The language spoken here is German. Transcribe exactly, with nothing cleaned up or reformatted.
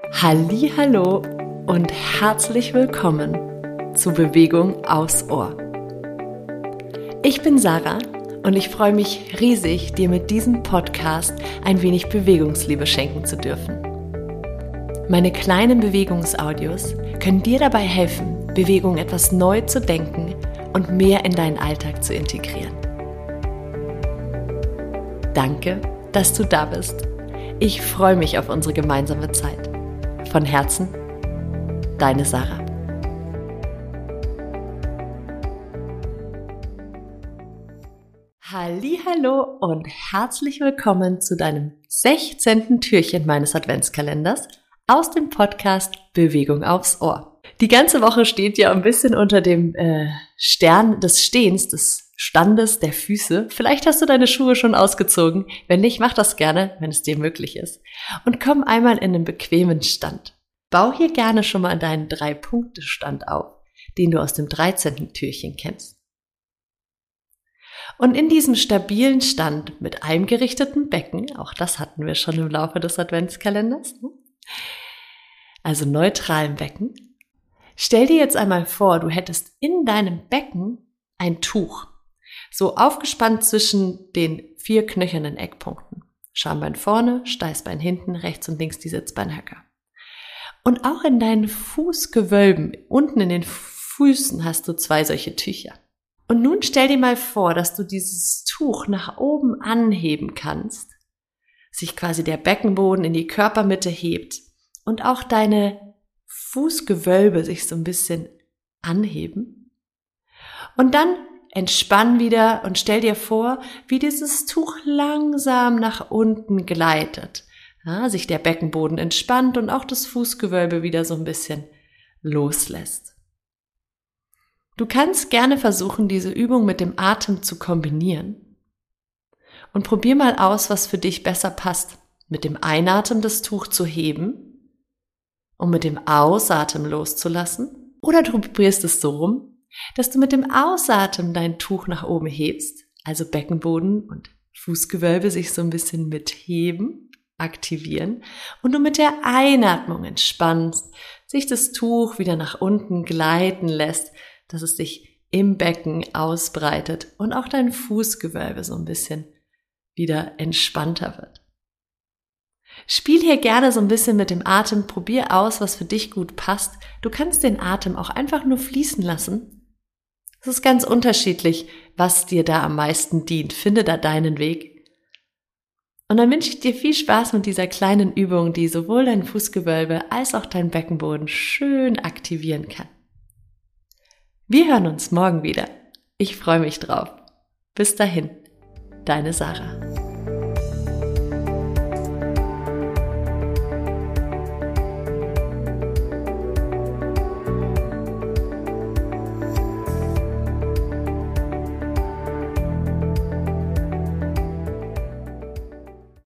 Hallihallo und herzlich willkommen zu Bewegung aufs Ohr. Ich bin Sarah und ich freue mich riesig, dir mit diesem Podcast ein wenig Bewegungsliebe schenken zu dürfen. Meine kleinen Bewegungsaudios können dir dabei helfen, Bewegung etwas neu zu denken und mehr in deinen Alltag zu integrieren. Danke, dass du da bist. Ich freue mich auf unsere gemeinsame Zeit. Von Herzen, deine Sarah. Hallihallo und herzlich willkommen zu deinem sechzehnten Türchen meines Adventskalenders aus dem Podcast Bewegung aufs Ohr. Die ganze Woche steht ja ein bisschen unter dem äh, Stern des Stehens, des Standes der Füße. Vielleicht hast du deine Schuhe schon ausgezogen. Wenn nicht, mach das gerne, wenn es dir möglich ist. Und komm einmal in einen bequemen Stand. Bau hier gerne schon mal deinen Drei-Punkte-Stand auf, den du aus dem dreizehnten Türchen kennst. Und in diesem stabilen Stand mit einem gerichteten Becken, auch das hatten wir schon im Laufe des Adventskalenders, also neutralem Becken, stell dir jetzt einmal vor, du hättest in deinem Becken ein Tuch, so aufgespannt zwischen den vier knöchernen Eckpunkten. Schambein vorne, Steißbein hinten, rechts und links die Sitzbeinhöcker. Und auch in deinen Fußgewölben, unten in den Füßen hast du zwei solche Tücher. Und nun stell dir mal vor, dass du dieses Tuch nach oben anheben kannst, sich quasi der Beckenboden in die Körpermitte hebt und auch deine Fußgewölbe sich so ein bisschen anheben. Und dann entspann wieder und stell dir vor, wie dieses Tuch langsam nach unten gleitet. Ja, sich der Beckenboden entspannt und auch das Fußgewölbe wieder so ein bisschen loslässt. Du kannst gerne versuchen, diese Übung mit dem Atem zu kombinieren. Und probier mal aus, was für dich besser passt. Mit dem Einatmen das Tuch zu heben und mit dem Ausatmen loszulassen. Oder du probierst es so rum, dass du mit dem Ausatmen dein Tuch nach oben hebst, also Beckenboden und Fußgewölbe sich so ein bisschen mitheben, aktivieren und du mit der Einatmung entspannst, sich das Tuch wieder nach unten gleiten lässt, dass es sich im Becken ausbreitet und auch dein Fußgewölbe so ein bisschen wieder entspannter wird. Spiel hier gerne so ein bisschen mit dem Atem, probier aus, was für dich gut passt. Du kannst den Atem auch einfach nur fließen lassen. Es ist ganz unterschiedlich, was dir da am meisten dient. Finde da deinen Weg. Und dann wünsche ich dir viel Spaß mit dieser kleinen Übung, die sowohl dein Fußgewölbe als auch dein Beckenboden schön aktivieren kann. Wir hören uns morgen wieder. Ich freue mich drauf. Bis dahin, deine Sarah.